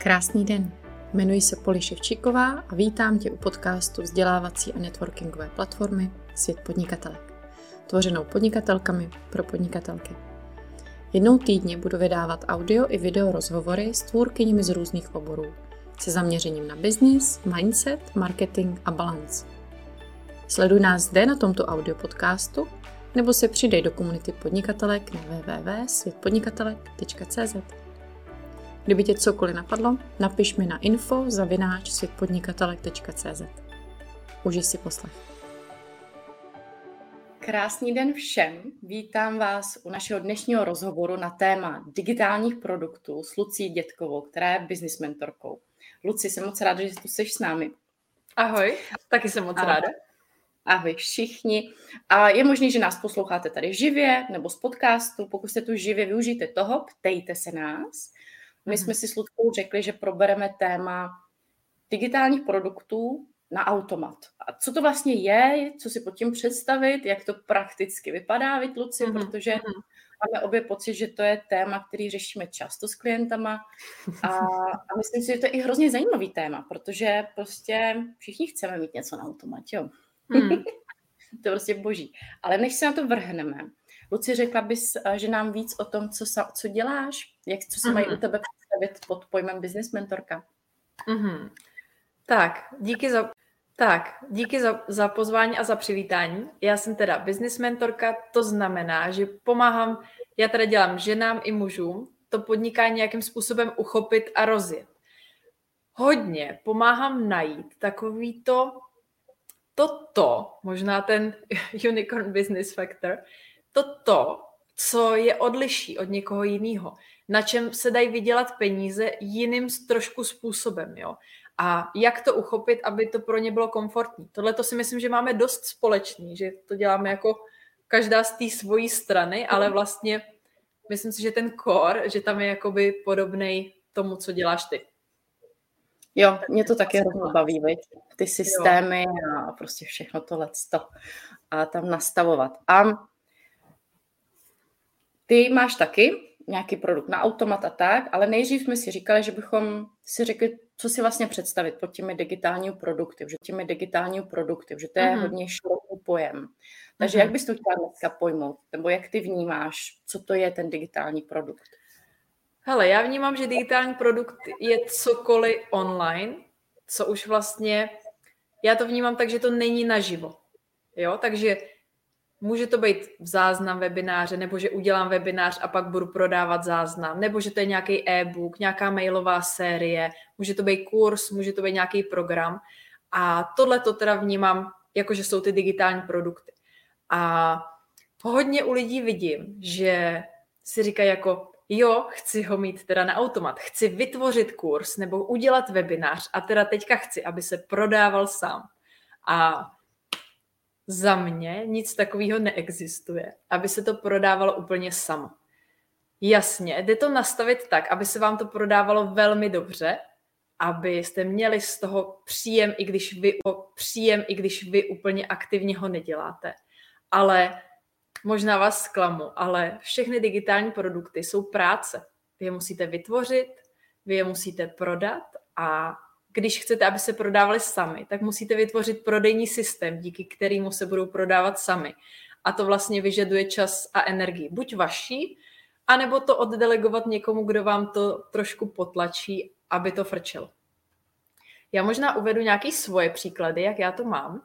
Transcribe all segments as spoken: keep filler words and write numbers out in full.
Krásný den, jmenuji se Poli Ševčíková a vítám tě u podcastu vzdělávací a networkingové platformy Svět podnikatelek, tvořenou podnikatelkami pro podnikatelky. Jednou týdně budu vydávat audio i video rozhovory s tvůrkyněmi z různých oborů, se zaměřením na business, mindset, marketing a balance. Sleduj nás zde na tomto audio podcastu nebo se přidej do komunity podnikatelek na w w w tečka svět podnikatelek tečka c z. Kdyby tě cokoliv napadlo, napiš mi na info zavináč svět podnikatelek tečka c z. Užij si poslech. Krásný den všem, vítám vás u našeho dnešního rozhovoru na téma digitálních produktů s Lucí Dětkovou, která je business mentorkou. Luci, jsem moc ráda, že tu jsi s námi. Ahoj, taky jsem moc ráda. Ahoj všichni. A je možné, že nás posloucháte tady živě nebo z podcastu. Pokud jste tu živě, využijte toho, ptejte se nás. My jsme si s Luckou řekli, že probereme téma digitálních produktů na automat. A co to vlastně je, co si pod tím představit, jak to prakticky vypadá, viď, Luci, mm-hmm. protože máme obě pocit, že to je téma, který řešíme často s klientama a, a myslím si, že to je i hrozně zajímavý téma, protože prostě všichni chceme mít něco na automatě, jo. Mm. To je prostě boží. Ale než se na to vrhneme, Luci, řekla bys, že nám víc o tom, co, sa, co děláš, jak, co se mm-hmm. mají u tebe představit pod pojmem business mentorka? Mm-hmm. Tak, díky za, tak, díky za, za pozvání a za přivítání. Já jsem teda business mentorka, to znamená, že pomáhám, já teda dělám ženám i mužům to podnikání nějakým způsobem uchopit a rozjet. Hodně pomáhám najít takový to, toto, možná ten unicorn business factor, toto, co je odliší od někoho jiného, na čem se dají vydělat peníze jiným trošku způsobem, jo. A jak to uchopit, aby to pro ně bylo komfortní. Tohle to si myslím, že máme dost společný, že to děláme jako každá z té svojí strany, ale vlastně myslím si, že ten core, že tam je jakoby podobnej tomu, co děláš ty. Jo, mě to taky hrozně baví, viď? Ty systémy jo. A prostě všechno tohleto a tam nastavovat. A ty máš taky nějaký produkt na automat a tak, ale nejdřív jsme si říkali, že bychom si řekli, co si vlastně představit pod těmi digitálními produkty, že těmi digitálními produkty, že to je mm-hmm. hodně široký pojem. Takže mm-hmm. jak bys to chtěla dneska pojmout? Nebo jak ty vnímáš, co to je ten digitální produkt? Hele, já vnímám, že digitální produkt je cokoliv online, co už vlastně, já to vnímám tak, že to není naživo. Jo, takže může to být v záznam webináře, nebo že udělám webinář a pak budu prodávat záznam, nebo že to je nějaký e-book, nějaká mailová série, může to být kurz, může to být nějaký program. A tohle to teda vnímám, jako že jsou ty digitální produkty. A hodně u lidí vidím, že si říkají jako, jo, chci ho mít teda na automat, chci vytvořit kurz nebo udělat webinář a teda teďka chci, aby se prodával sám. A za mě nic takového neexistuje, aby se to prodávalo úplně samo. Jasně, jde to nastavit tak, aby se vám to prodávalo velmi dobře, abyste měli z toho příjem, i když vy, příjem, i když vy úplně aktivně ho neděláte. Ale možná vás zklamu, ale všechny digitální produkty jsou práce. Vy je musíte vytvořit, vy je musíte prodat a když chcete, aby se prodávali sami, tak musíte vytvořit prodejní systém, díky kterému se budou prodávat sami. A to vlastně vyžaduje čas a energii. Buď vaší, anebo to oddelegovat někomu, kdo vám to trošku potlačí, aby to frčelo. Já možná uvedu nějaké svoje příklady, jak já to mám.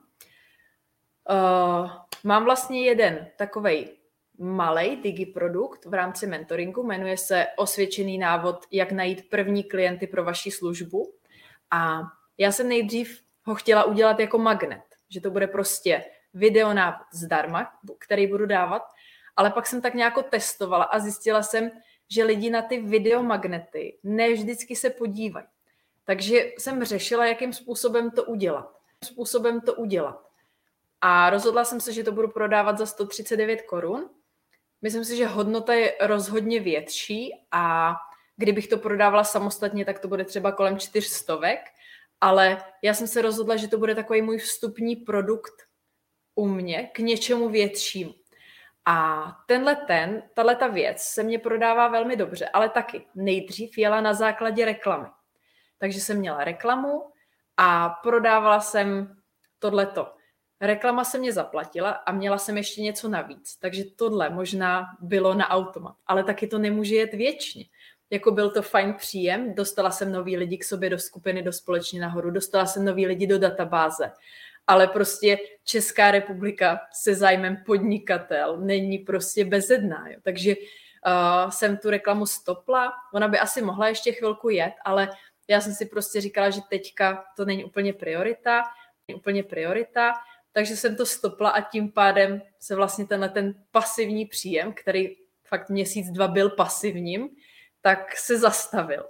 Uh, mám vlastně jeden takovej malej digiprodukt v rámci mentoringu, jmenuje se Osvědčený návod, jak najít první klienty pro vaši službu. A já jsem nejdřív ho chtěla udělat jako magnet, že to bude prostě videonávod zdarma, který budu dávat, ale pak jsem tak nějak testovala a zjistila jsem, že lidi na ty videomagnety ne vždycky se podívají. Takže jsem řešila, jakým způsobem to udělat. Způsobem to udělat. A rozhodla jsem se, že to budu prodávat za sto třicet devět korun. Myslím si, že hodnota je rozhodně větší a kdybych to prodávala samostatně, tak to bude třeba kolem čtyřstovek, ale já jsem se rozhodla, že to bude takový můj vstupní produkt u mě k něčemu většímu. A tenhle ten, tahleta věc se mě prodává velmi dobře, ale taky nejdřív jela na základě reklamy. Takže jsem měla reklamu a prodávala jsem tohleto. Reklama se mě zaplatila a měla jsem ještě něco navíc. Takže tohle možná bylo na automat. Ale taky to nemůže jet věčně. Jako byl to fajn příjem, dostala jsem nový lidi k sobě do skupiny, do Společně nahoru, dostala jsem nový lidi do databáze. Ale prostě Česká republika se zájmem podnikatel není prostě bezedná. Jo. Takže uh, jsem tu reklamu stopla. Ona by asi mohla ještě chvilku jet, ale já jsem si prostě říkala, že teďka to není úplně priorita. Není úplně priorita. Takže jsem to stopla a tím pádem se vlastně tenhle ten pasivní příjem, který fakt měsíc, dva byl pasivním, tak se zastavil.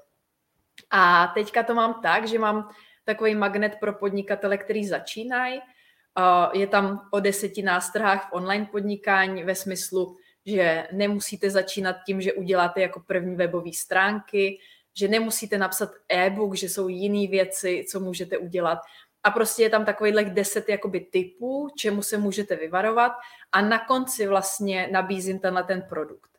A teďka to mám tak, že mám takový magnet pro podnikatele, který začínají. Je tam o deseti nástrahách v online podnikání ve smyslu, že nemusíte začínat tím, že uděláte jako první webové stránky, že nemusíte napsat e-book, že jsou jiné věci, co můžete udělat. A prostě je tam takovýhle deset jakoby typů, čemu se můžete vyvarovat a na konci vlastně nabízím tenhle ten produkt.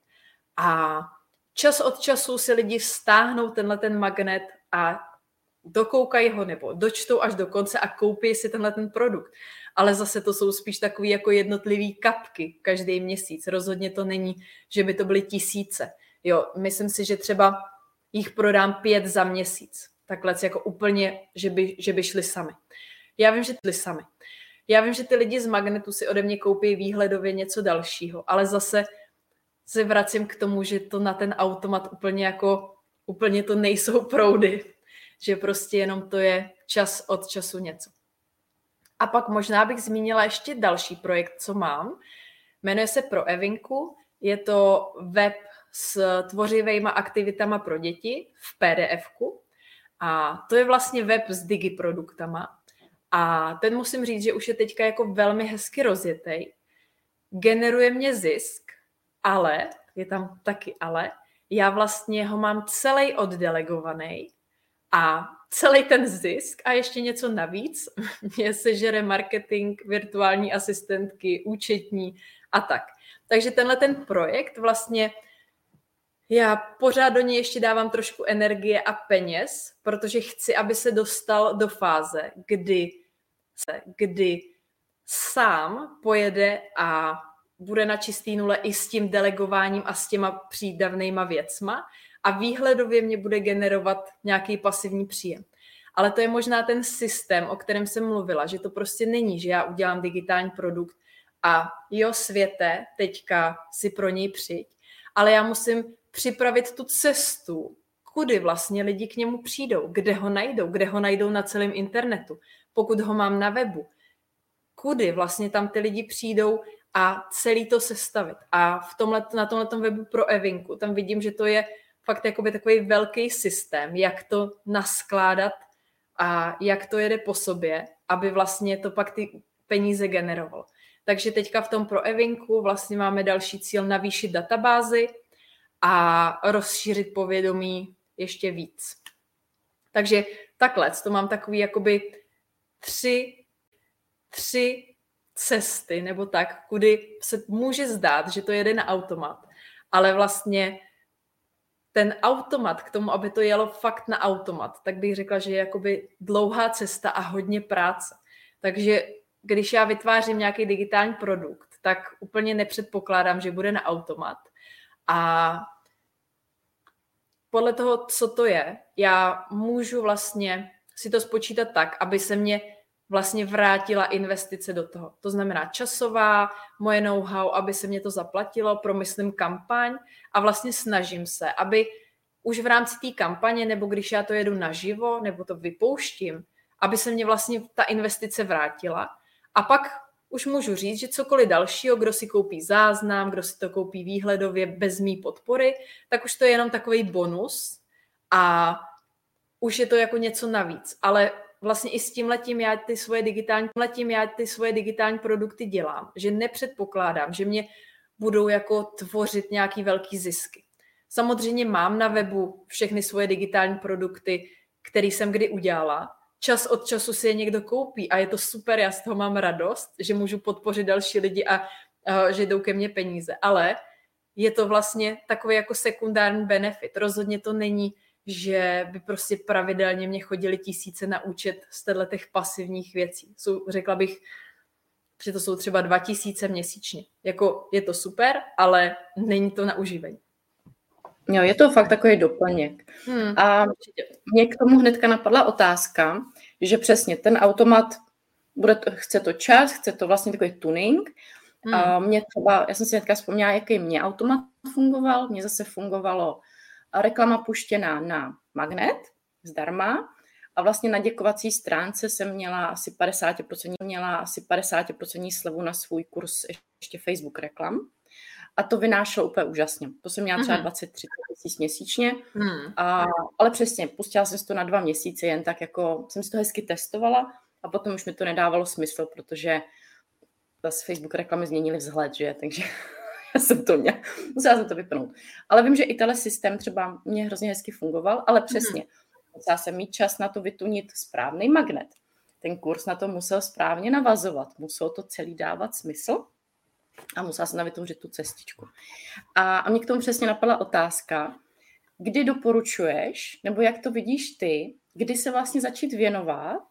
A čas od času si lidi stáhnou tenhle ten magnet a dokoukají ho nebo dočtou až do konce a koupí si tenhle ten produkt. Ale zase to jsou spíš takový jako jednotlivý kapky každý měsíc. Rozhodně to není, že by to byly tisíce. Jo, myslím si, že třeba jich prodám pět za měsíc. Takhle jako úplně, že by, že by šli sami. Já vím, že šli sami. Já vím, že ty lidi z magnetu si ode mě koupí výhledově něco dalšího, ale zase se vracím k tomu, že to na ten automat úplně jako, úplně to nejsou proudy. Že prostě jenom to je čas od času něco. A pak možná bych zmínila ještě další projekt, co mám. Jmenuje se Pro Evinku. Je to web s tvořivejma aktivitama pro děti v pé dé efku. A to je vlastně web s digiproduktama. A ten musím říct, že už je teďka jako velmi hezky rozjetej. Generuje mě zisk, ale, je tam taky ale, já vlastně ho mám celý oddelegovaný a celý ten zisk a ještě něco navíc mě sežere marketing, virtuální asistentky, účetní a tak. Takže tenhle ten projekt vlastně já pořád do něj ještě dávám trošku energie a peněz, protože chci, aby se dostal do fáze, kdy, se, kdy sám pojede a bude na čistý nule i s tím delegováním a s těma přídavnejma věcma a výhledově mě bude generovat nějaký pasivní příjem. Ale to je možná ten systém, o kterém jsem mluvila, že to prostě není, že já udělám digitální produkt a jo, světe, teďka si pro něj přijď, ale já musím připravit tu cestu, kudy vlastně lidi k němu přijdou, kde ho najdou, kde ho najdou na celém internetu, pokud ho mám na webu, kudy vlastně tam ty lidi přijdou a celý to sestavit. A v tomhle, na tomhletom webu Pro Evinku, tam vidím, že to je fakt jakoby takový velký systém, jak to naskládat a jak to jede po sobě, aby vlastně to pak ty peníze generovalo. Takže teďka v tom Pro Evinku vlastně máme další cíl navýšit databázi a rozšířit povědomí ještě víc. Takže takhle, to mám takový jakoby tři, tři cesty, nebo tak, kudy se může zdát, že to jede na automat, ale vlastně ten automat k tomu, aby to jelo fakt na automat, tak bych řekla, že je jakoby dlouhá cesta a hodně práce. Takže když já vytvářím nějaký digitální produkt, tak úplně nepředpokládám, že bude na automat. A podle toho, co to je, já můžu vlastně si to spočítat tak, aby se mě vlastně vrátila investice do toho. To znamená časová, moje know-how, aby se mě to zaplatilo, promyslím kampaň a vlastně snažím se, aby už v rámci té kampaně, nebo když já to jedu naživo, nebo to vypouštím, aby se mě vlastně ta investice vrátila. A pak už můžu říct, že cokoliv dalšího, kdo si koupí záznam, kdo si to koupí výhledově bez mý podpory, tak už to je jenom takový bonus a už je to jako něco navíc. Ale vlastně i s tímhletím já ty svoje digitální, letím já ty svoje digitální produkty dělám, že nepředpokládám, že mě budou jako tvořit nějaký velký zisky. Samozřejmě mám na webu všechny svoje digitální produkty, které jsem kdy udělala. Čas od času si je někdo koupí a je to super, já z toho mám radost, že můžu podpořit další lidi a, a že jdou ke mně peníze. Ale je to vlastně takový jako sekundární benefit. Rozhodně to není, že by prostě pravidelně mě chodili tisíce na účet z těch pasivních věcí. Jsou, řekla bych, že to jsou třeba dva tisíce měsíčně. Jako je to super, ale není to na užívání. Jo, je to fakt takový doplněk. Hmm, a mě k tomu hnedka napadla otázka, že přesně ten automat bude to, chce to čas, chce to vlastně takový tuning. Hmm. A mě třeba, já jsem si hnedka vzpomněla, jaký mě automat fungoval. Mně zase fungovalo reklama puštěná na magnet zdarma a vlastně na děkovací stránce jsem měla asi padesát procent, měla asi padesát procent slevu na svůj kurz ještě Facebook reklam. A to vynášelo úplně úžasně. To jsem měla třeba dvacet tři tisíc měsíčně. Hmm. A, ale přesně, pustila jsem si to na dva měsíce, jen tak jako jsem si to hezky testovala a potom už mi to nedávalo smysl, protože zase Facebook reklamy změnily vzhled, že? Takže já jsem to měla, musela jsem to vypnout. Ale vím, že i tenhle systém třeba mě hrozně hezky fungoval, ale přesně, musela jsem mít čas na to vytunit správný magnet. Ten kurz na to musel správně navazovat, muselo to celý dávat smysl. A musela jsem vytvořit tu cestičku. A, a mě k tomu přesně napadla otázka, kdy doporučuješ, nebo jak to vidíš ty, kdy se vlastně začít věnovat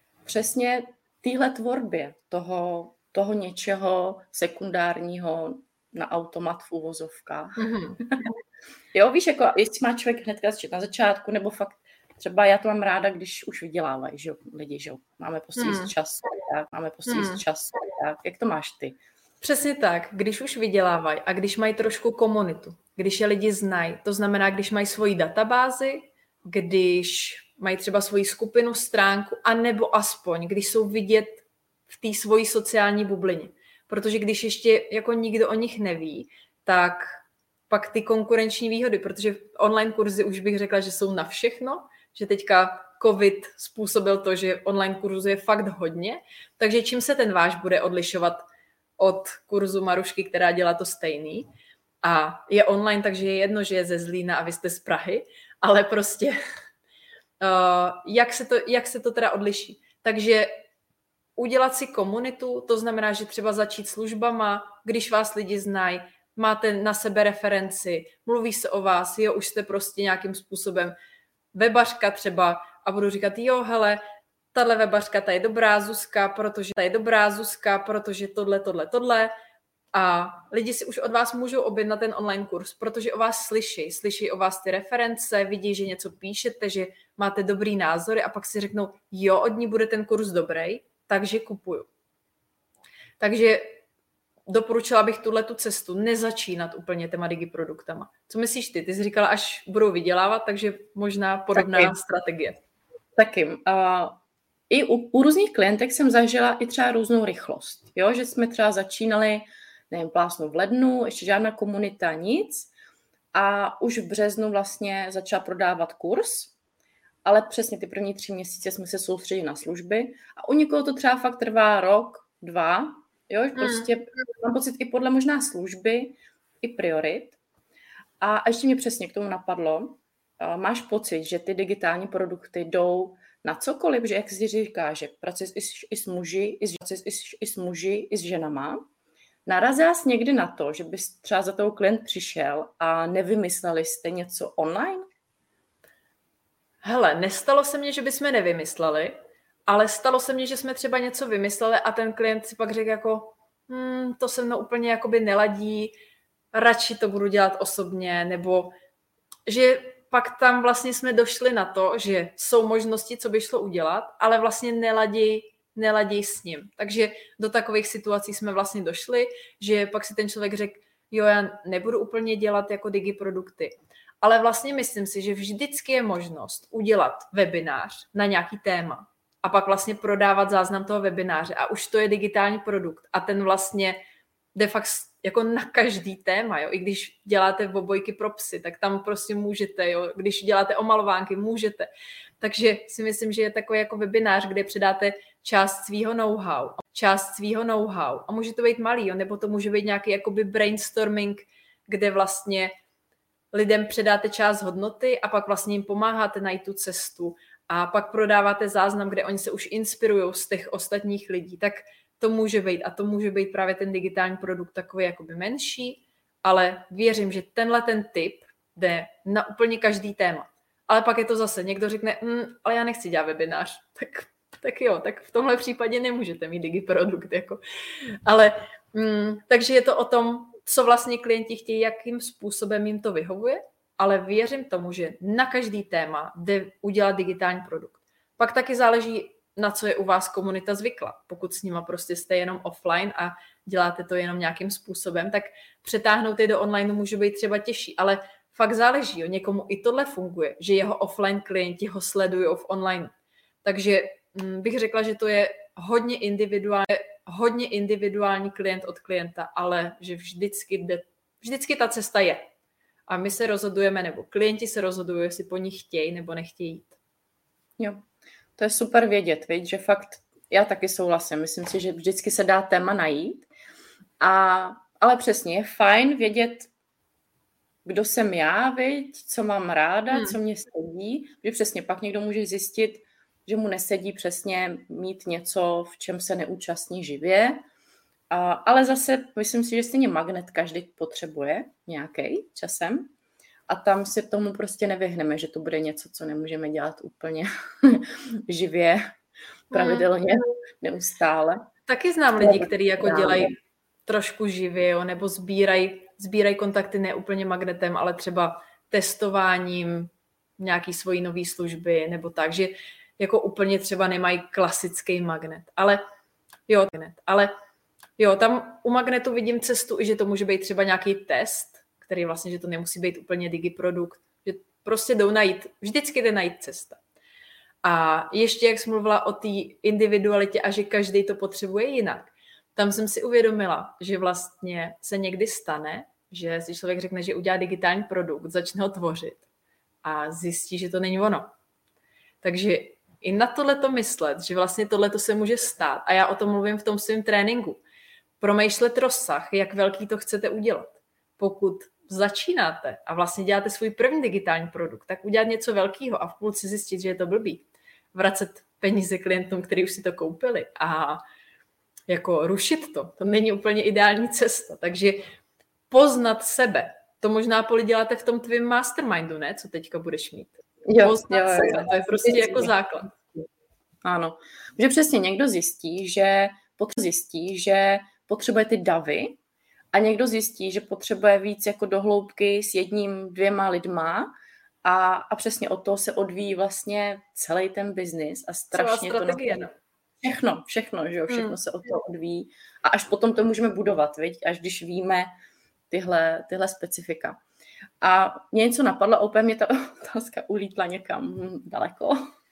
přesně téhle tvorbě toho, toho něčeho sekundárního na automat v uvozovkách. Mm-hmm. Jo, víš, jako jestli má člověk hnedka začít na začátku, nebo fakt třeba já to mám ráda, když už vydělávají, že jo, lidi, že jo, máme prostě mm. čas, tak, máme prostě mm. čas, tak, jak to máš ty? Přesně tak, když už vydělávají a když mají trošku komunitu, když je lidi znají, to znamená, když mají svoji databázi, když mají třeba svoji skupinu, stránku, anebo aspoň, když jsou vidět v té svojí sociální bublině. Protože když ještě jako nikdo o nich neví, tak pak ty konkurenční výhody, protože online kurzy už bych řekla, že jsou na všechno, že teďka covid způsobil to, že online kurzu je fakt hodně, takže čím se ten váš bude odlišovat od kurzu Marušky, která dělá to stejný a je online, takže je jedno, že je ze Zlína a vy jste z Prahy, ale prostě uh, jak, se to, jak se to teda odliší. Takže udělat si komunitu, to znamená, že třeba začít službama, když vás lidi znají, máte na sebe referenci, mluví se o vás, jo, už jste prostě nějakým způsobem webařka třeba a budu říkat, jo, hele, tahle webařka, ta je dobrá, Zuzka, protože ta je dobrá, Zuzka, protože tohle, tohle, tohle. A lidi si už od vás můžou objednat ten online kurz, protože o vás slyší. Slyší o vás ty reference, vidí, že něco píšete, že máte dobrý názory a pak si řeknou, jo, od ní bude ten kurz dobrý, takže kupuju. Takže doporučila bych tuhletu cestu, nezačínat úplně těma digiproduktama. Co myslíš ty? Ty jsi říkala, až budou vydělávat, takže možná podobná Taky. strategie. Taky. Uh... I u, u různých klientek jsem zažila i třeba různou rychlost. Jo? Že jsme třeba začínali, nevím, plásnout v lednu, ještě žádná komunita, nic. A už v březnu vlastně začala prodávat kurz, ale přesně ty první tři měsíce jsme se soustředili na služby. A u někoho to třeba fakt trvá rok, dva. Jo? Prostě mm. mám pocit i podle možná služby, i priorit. A ještě mě přesně k tomu napadlo, máš pocit, že ty digitální produkty jdou na cokoliv, že jak si říká, že pracuješ i s, i s muži, i s, i, s, i s muži, i s ženama, narazila jsi někdy na to, že bys třeba za tou klient přišel a nevymysleli jste něco online? Hele, nestalo se mně, že bychom nevymysleli, ale stalo se mně, že jsme třeba něco vymysleli a ten klient si pak řekl jako, hm, to se mnou úplně jakoby neladí, radši to budu dělat osobně, nebo že pak tam vlastně jsme došli na to, že jsou možnosti, co by šlo udělat, ale vlastně neladí, neladí s ním. Takže do takových situací jsme vlastně došli, že pak si ten člověk řekl, jo, já nebudu úplně dělat jako digiprodukty. Ale vlastně myslím si, že vždycky je možnost udělat webinář na nějaký téma a pak vlastně prodávat záznam toho webináře a už to je digitální produkt a ten vlastně de facto jako na každý téma, jo. I když děláte obojky pro psy, tak tam prostě můžete, jo. Když děláte omalovánky, můžete. Takže si myslím, že je takový jako webinář, kde předáte část svýho know-how, část svýho know-how. A může to být malý, jo, nebo to může být nějaký jakoby brainstorming, kde vlastně lidem předáte část hodnoty a pak vlastně jim pomáháte najít tu cestu a pak prodáváte záznam, kde oni se už inspirují z těch ostatních lidí. Tak to může být a to může být právě ten digitální produkt takový jakoby menší, ale věřím, že tenhle ten typ jde na úplně každý téma. Ale pak je to zase, někdo řekne, mm, ale já nechci dělat webinář. Tak, tak jo, tak v tomhle případě nemůžete mít digiprodukt. Jako. Ale mm, takže je to o tom, co vlastně klienti chtějí, jakým způsobem jim to vyhovuje, ale věřím tomu, že na každý téma jde udělat digitální produkt. Pak taky záleží, na co je u vás komunita zvykla. Pokud s nima prostě jste jenom offline a děláte to jenom nějakým způsobem, tak přetáhnout je do online může být třeba těžší, ale fakt záleží, jo. Někomu i tohle funguje, že jeho offline klienti ho sledují v online. Takže hm, bych řekla, že to je hodně individuální, hodně individuální klient od klienta, ale že vždycky, jde, vždycky ta cesta je. A my se rozhodujeme, nebo klienti se rozhodují, jestli po ní chtějí nebo nechtějí jít. Jo, to je super vědět, viď? Že fakt, já taky souhlasím, myslím si, že vždycky se dá téma najít, a, ale přesně je fajn vědět, kdo jsem já, viď? Co mám ráda, hmm. co mě sedí, že přesně pak někdo může zjistit, že mu nesedí přesně mít něco, v čem se neúčastní živě, a, ale zase myslím si, že stejně magnet každý potřebuje nějaký časem. A tam si tomu prostě nevyhneme, že to bude něco, co nemůžeme dělat úplně živě, pravidelně, neustále. Taky znám lidi, kteří jako dělají trošku živě, jo, nebo sbírají sbíraj kontakty ne úplně magnetem, ale třeba testováním nějaký svojí nový služby, nebo tak, že jako úplně třeba nemají klasický magnet. Ale jo, ale jo, tam u magnetu vidím cestu, i že to může být třeba nějaký test, který vlastně, že to nemusí být úplně digiprodukt, že prostě jdou najít, vždycky jde najít cesta. A ještě, jak jsi mluvila o té individualitě a že každý to potřebuje jinak, tam jsem si uvědomila, že vlastně se někdy stane, že si člověk řekne, že udělá digitální produkt, začne ho tvořit a zjistí, že to není ono. Takže i na tohleto myslet, že vlastně tohleto se může stát, a já o tom mluvím v tom svém tréninku, promýšlet rozsah, jak velký to chcete udělat. Pokud začínáte a vlastně děláte svůj první digitální produkt, tak udělat něco velkého a v půlce zjistit, že je to blbý. Vracet peníze klientům, kteří už si to koupili, a jako rušit to. To není úplně ideální cesta. Takže poznat sebe. To možná, Poli, děláte v tom tvým mastermindu, ne? Co teďka budeš mít. Jo, poznat jo, sebe. jo. To je prostě Vždycky. Jako základ. Ano. Že přesně někdo zjistí, že zjistí, že potřebuje ty davy, a někdo zjistí, že potřebuje víc jako dohloubky s jedním, dvěma lidma, a, a přesně od toho se odvíjí vlastně celý ten biznis a strašně to... No. Všechno, všechno, že jo, všechno hmm. se od toho odvíjí. A až potom to můžeme budovat, viď? Až když víme tyhle, tyhle specifika. A mě něco napadlo, opět mě ta otázka ulítla někam daleko.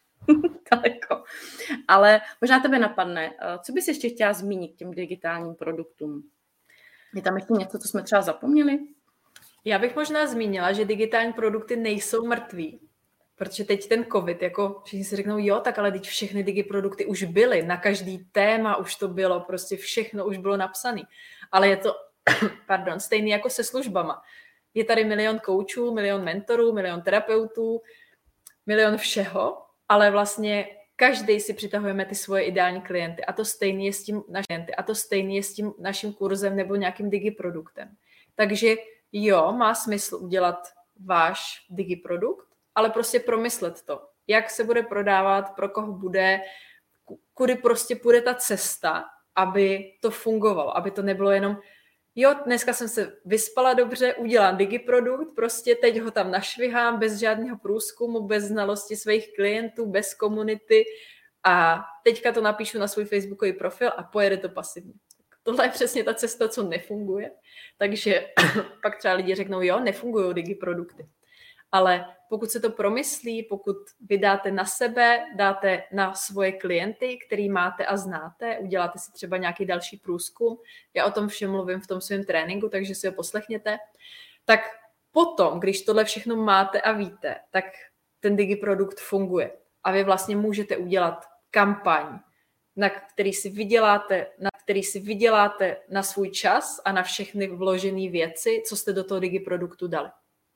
daleko. Ale možná tebe napadne, co bys ještě chtěla zmínit k těm digitálním produktům? Je tam ještě něco, co jsme třeba zapomněli? Já bych možná zmínila, že digitální produkty nejsou mrtví. Protože teď ten covid, jako všichni si řeknou, jo, tak ale teď všechny digiprodukty už byly, na každý téma už to bylo, prostě všechno už bylo napsané. Ale je to, pardon, stejný jako se službama. Je tady milion koučů, milion mentorů, milion terapeutů, milion všeho, ale vlastně každý si přitahujeme ty svoje ideální klienty, a to stejný je s tím naši klienty, a to stejný je s tím naším kurzem nebo nějakým digiproduktem. Takže jo, má smysl udělat váš digiprodukt, ale prostě promyslet to, jak se bude prodávat, pro koho bude, kudy prostě půjde ta cesta, aby to fungovalo, aby to nebylo jenom, jo, dneska jsem se vyspala dobře, udělám digiprodukt, prostě teď ho tam našvihám bez žádného průzkumu, bez znalosti svých klientů, bez komunity, a teďka to napíšu na svůj facebookový profil a pojede to pasivně. Tohle je přesně ta cesta, co nefunguje. Takže pak třeba lidi řeknou, jo, nefungují digiprodukty. Ale pokud se to promyslí, pokud vydáte na sebe, dáte na svoje klienty, který máte a znáte, uděláte si třeba nějaký další průzkum, já o tom všem mluvím v tom svém tréninku, takže si ho poslechněte, tak potom, když tohle všechno máte a víte, tak ten digiprodukt funguje. A vy vlastně můžete udělat kampaň, na který si vyděláte, na který si vyděláte na svůj čas a na všechny vložené věci, co jste do toho digiproduktu dali.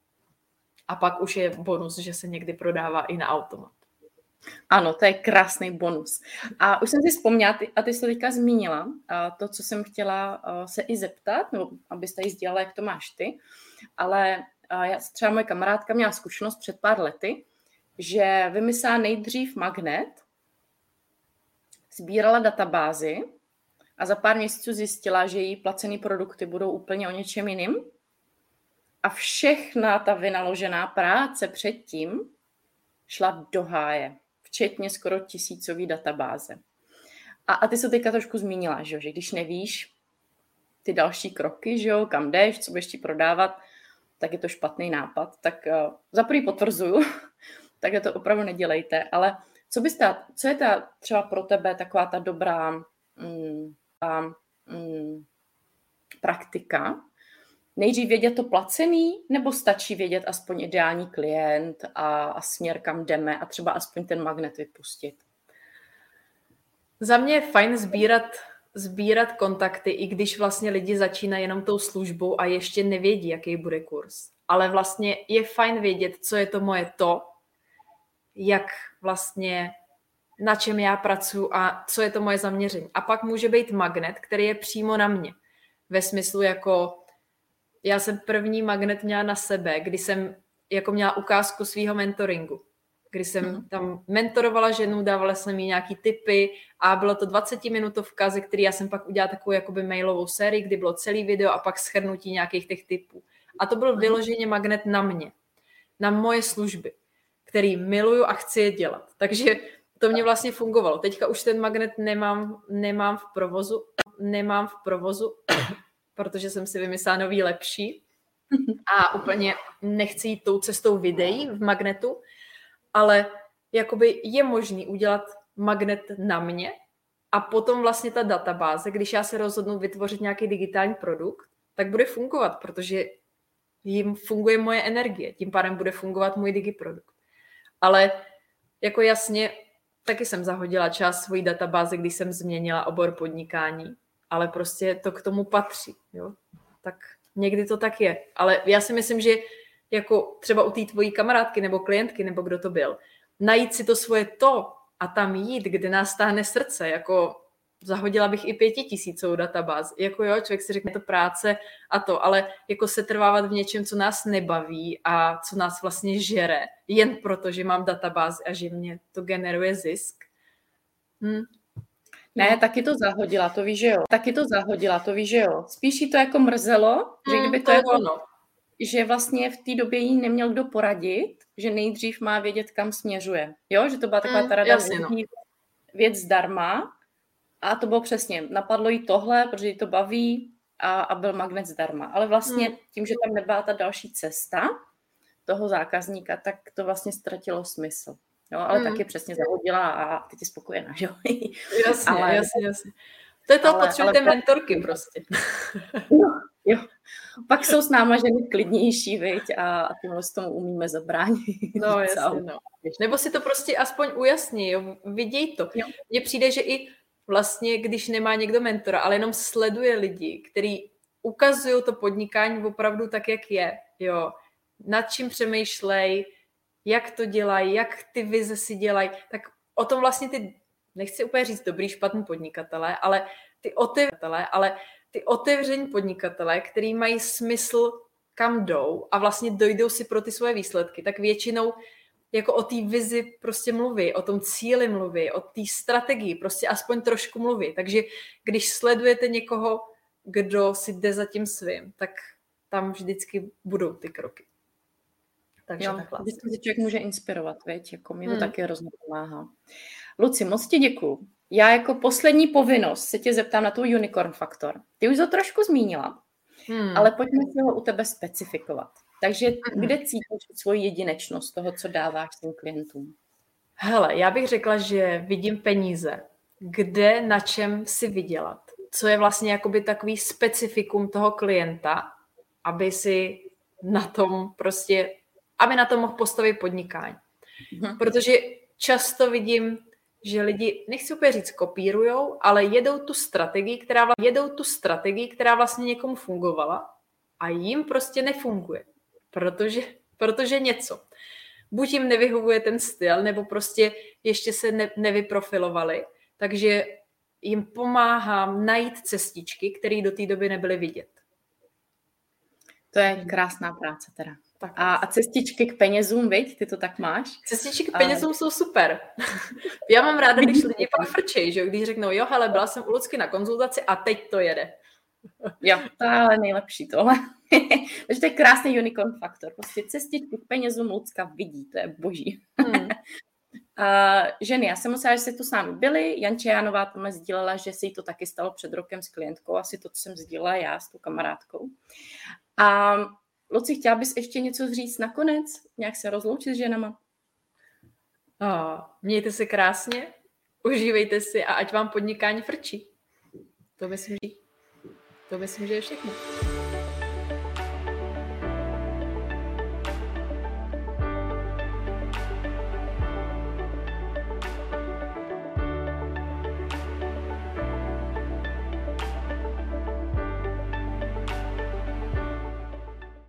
A pak už je bonus, že se někdy prodává i na automat. Ano, to je krásný bonus. A už jsem si vzpomněla, a ty jsi to teďka zmínila, to, co jsem chtěla se i zeptat, nebo abyste jí sdělala, jak to máš ty, ale já, třeba moje kamarádka měla zkušenost před pár lety, že vymyslela nejdřív magnet, sbírala databázy a za pár měsíců zjistila, že její placené produkty budou úplně o něčem jiným. A všechna ta vynaložená práce předtím šla do háje, včetně skoro tisícový databáze. A, a ty se teďka trošku zmínila, že, že když nevíš ty další kroky, že jo, kam jdeš, co budeš ti prodávat, tak je to špatný nápad. Tak uh, za prvý potvrzuju, takže to opravdu nedělejte. Ale co, bys ta, co je ta třeba pro tebe taková ta dobrá mm, ta, mm, praktika? Nejdřív vědět to placený, nebo stačí vědět aspoň ideální klient a, a směr, kam jdeme a třeba aspoň ten magnet vypustit? Za mě je fajn sbírat, sbírat kontakty, i když vlastně lidi začínají jenom tou službou a ještě nevědí, jaký bude kurz. Ale vlastně je fajn vědět, co je to moje to, jak vlastně, na čem já pracuji a co je to moje zaměření. A pak může být magnet, který je přímo na mě. Ve smyslu jako, já jsem první magnet měla na sebe, kdy jsem jako měla ukázku svého mentoringu. Kdy jsem tam mentorovala ženu, dávala jsem jí nějaký tipy a bylo to dvacetiminutovka, ze který já jsem pak udělala takovou jakoby mailovou sérii, kdy bylo celý video a pak shrnutí nějakých těch tipů. A to byl vyloženě magnet na mě, na moje služby, který miluju a chci je dělat. Takže to mě vlastně fungovalo. Teďka už ten magnet nemám, nemám v provozu, nemám v provozu, protože jsem si vymyslela nový lepší a úplně nechci jít tou cestou videí v magnetu, ale jakoby je možný udělat magnet na mě a potom vlastně ta databáze, když já se rozhodnu vytvořit nějaký digitální produkt, tak bude fungovat, protože jim funguje moje energie, tím pádem bude fungovat můj digiprodukt. Ale jako jasně, taky jsem zahodila část svojí databáze, když jsem změnila obor podnikání, ale prostě to k tomu patří, jo? Tak někdy to tak je. Ale já si myslím, že jako třeba u té tvojí kamarádky nebo klientky, nebo kdo to byl, najít si to svoje to a tam jít, kde nás táhne srdce, jako zahodila bych i pětitisícovou databázi. Jako jo, člověk si řekne to práce a to, ale jako se trvávat v něčem, co nás nebaví a co nás vlastně žere, jen proto, že mám databázi a že mě to generuje zisk. Hm. Ne, taky to zahodila, to víš, že jo. Taky to zahodila, to víš, že jo. Spíš jí to jako mrzelo, že hm, kdyby to, to jako, ono. že vlastně v té době jí neměl kdo poradit, že nejdřív má vědět, kam směřuje. Jo, že to byla taková ta rada jasně, no. věc zdarma a to bylo přesně, napadlo jí tohle, protože jí to baví a, a byl magnet zdarma. Ale vlastně Hmm. tím, že tam nebyla ta další cesta toho zákazníka, tak to vlastně ztratilo smysl. Jo, ale Hmm. taky přesně zahodila a teď je spokojená, že jo? Jasně, Ale- jasně, jasně. To je to, ale- potřebujete ale- mentorky prostě. Jo, jo. Pak jsou s náma ženy klidnější, viď, a, a tímhle s tomu umíme zabránit. No, jasně, Co? no. Nebo si to prostě aspoň ujasní, jo, viděj to. Jo. Mně přijde, že i vlastně, když nemá někdo mentora, ale jenom sleduje lidi, kteří ukazují to podnikání opravdu tak, jak je, jo, nad čím přemýšlej, jak to dělají, jak ty vize si dělají, tak o tom vlastně ty, nechci úplně říct dobrý, špatný podnikatelé, ale ty otevření, ale ty otevření podnikatelé, který mají smysl, kam jdou a vlastně dojdou si pro ty svoje výsledky, tak většinou jako o té vizi prostě mluví, o tom cíli mluví, o té strategii, prostě aspoň trošku mluví. Takže když sledujete někoho, kdo si jde za tím svým, tak tam vždycky budou ty kroky. Takže Jo, takhle. vždycky se člověk může inspirovat, viď? Jako mě to Hmm. taky hrozně pomáhá. Luci, moc ti děkuju. Já jako poslední povinnost se tě zeptám na tu unicorn faktor. Ty už to trošku zmínila, Hmm. ale pojďme si ho u tebe specifikovat. Takže Mhm. kde cítíš svoji jedinečnost toho, co dáváš svým klientům? Hele, já bych řekla, že vidím peníze, kde na čem si vydělat. Co je vlastně jakoby takový specifikum toho klienta, aby si na tom prostě, aby na tom mohl postavit podnikání. Mhm. Protože často vidím, že lidi, nechci úplně říct kopírujou, ale jedou tu strategii, která, vla- jedou tu strategii, která vlastně někomu fungovala a jim prostě nefunguje. Protože, protože něco. Buď jim nevyhovuje ten styl, nebo prostě ještě se ne, nevyprofilovali, takže jim pomáhám najít cestičky, které do té doby nebyly vidět. To je krásná práce teda. Tak a, a cestičky k penězům, viď? Ty to tak máš? Cestičky k penězům a... jsou super. Já mám ráda, když lidi pak frčej, že když řeknou, jo, hele, byla jsem u Lucky na konzultaci a teď to jede. Jo, to je ale nejlepší tohle. Takže to je krásný unicorn faktor. Prostě cestičky k penězům Lucka vidí, to je boží. Hmm. Uh, ženy, já jsem musela, že jste tu s námi byli. Janče Jánová tam sdílela, že si to taky stalo před rokem s klientkou, asi to, co jsem sdílela já s tou kamarádkou. A Luci, chtěla bys ještě něco říct nakonec? Nějak se rozloučit s ženama? Oh, mějte se krásně, užívejte si a ať vám podnikání frčí. To myslím, že, to myslím, že je všechno.